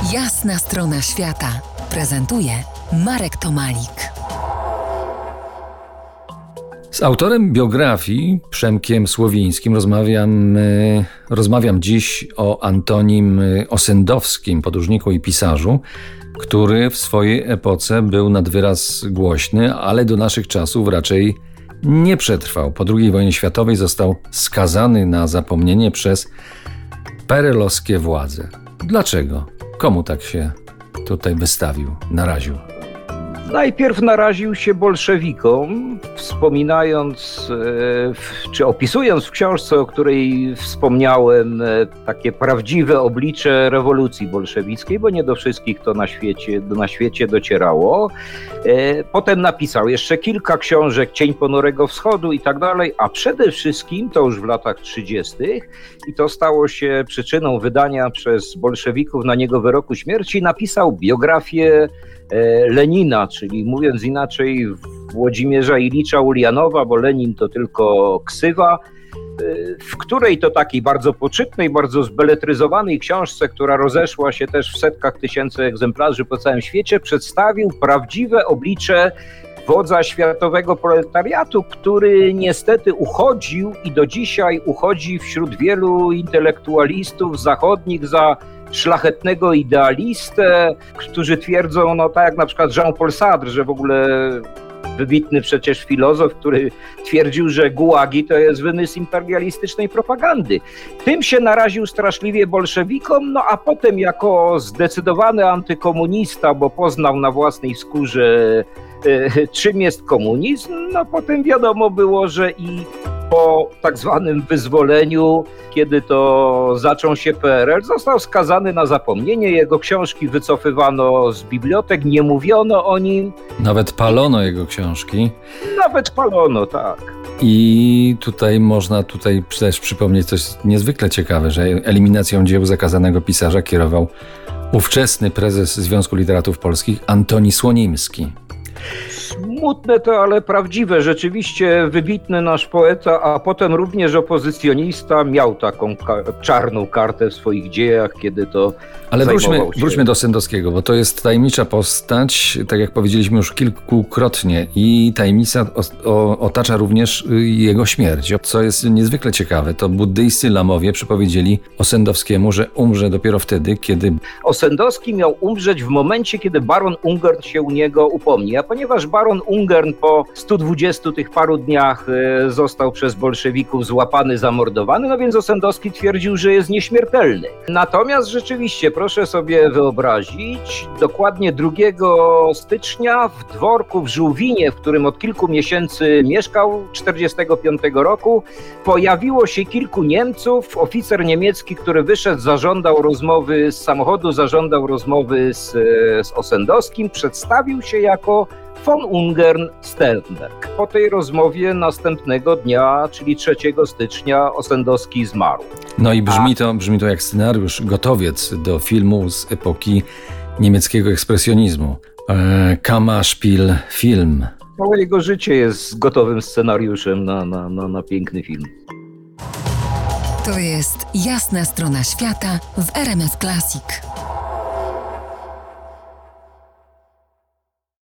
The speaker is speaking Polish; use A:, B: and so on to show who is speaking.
A: Jasna strona świata prezentuje Marek Tomalik.
B: Z autorem biografii, Przemkiem Słowińskim, rozmawiam dziś o Antonim Osendowskim, podróżniku i pisarzu, który w swojej epoce był nad wyraz głośny, ale do naszych czasów raczej nie przetrwał. Po II wojnie światowej został skazany na zapomnienie przez perelowskie władze. Dlaczego? Komu tak się tutaj wystawił, naraził?
C: Najpierw naraził się bolszewikom, wspominając, czy opisując w książce, o której wspomniałem, takie prawdziwe oblicze rewolucji bolszewickiej, bo nie do wszystkich to na świecie docierało. Potem napisał jeszcze kilka książek, Cień ponurego wschodu i tak dalej, a przede wszystkim, to już w latach 30. i to stało się przyczyną wydania przez bolszewików na niego wyroku śmierci, napisał biografię Lenina, czyli mówiąc inaczej Włodzimierza Ilicza Ulianowa, bo Lenin to tylko ksywa, w której to takiej bardzo poczytnej, bardzo zbeletryzowanej książce, która rozeszła się też w setkach tysięcy egzemplarzy po całym świecie, przedstawił prawdziwe oblicze wodza światowego proletariatu, który niestety uchodził i do dzisiaj uchodzi wśród wielu intelektualistów zachodnich za szlachetnego idealistę, którzy twierdzą, no tak jak na przykład Jean-Paul Sartre, że w ogóle wybitny przecież filozof, który twierdził, że gułagi to jest wymysł imperialistycznej propagandy. Tym się naraził straszliwie bolszewikom, no a potem jako zdecydowany antykomunista, bo poznał na własnej skórze, czym jest komunizm, no potem wiadomo było, że i po tak zwanym wyzwoleniu, kiedy to zaczął się PRL, został skazany na zapomnienie. Jego książki wycofywano z bibliotek, nie mówiono o nim.
B: Nawet palono jego książki.
C: Nawet palono, tak.
B: I tutaj można też przypomnieć coś niezwykle ciekawe, że eliminacją dzieł zakazanego pisarza kierował ówczesny prezes Związku Literatów Polskich Antoni Słonimski.
C: Smutne to, ale prawdziwe. Rzeczywiście wybitny nasz poeta, a potem również opozycjonista, miał taką czarną kartę w swoich dziejach, kiedy to
B: ale wróćmy do Osendowskiego, bo to jest tajemnicza postać, tak jak powiedzieliśmy już kilkukrotnie, i tajemnica otacza również jego śmierć. Co jest niezwykle ciekawe, to buddyjscy lamowie przypowiedzieli Osendowskiemu, że umrze dopiero wtedy, kiedy...
C: Osendowski miał umrzeć w momencie, kiedy baron Ungern się u niego upomni, a ponieważ baron Ungern po 120 tych paru dniach został przez bolszewików złapany, zamordowany, no więc Osendowski twierdził, że jest nieśmiertelny. Natomiast rzeczywiście, proszę sobie wyobrazić, dokładnie 2 stycznia w dworku w Żółwinie, w którym od kilku miesięcy mieszkał, 1945 roku, pojawiło się kilku Niemców. Oficer niemiecki, który wyszedł, zażądał rozmowy z samochodu, zażądał rozmowy z Osendowskim, przedstawił się jako von Ungern-Sternberg. Po tej rozmowie następnego dnia, czyli 3 stycznia, Osendowski zmarł.
B: No i brzmi to jak scenariusz, gotowiec do filmu z epoki niemieckiego ekspresjonizmu. Kammerspiel film.
C: Całe jego życie jest gotowym scenariuszem na piękny film.
A: To jest Jasna strona świata w RMF Classic.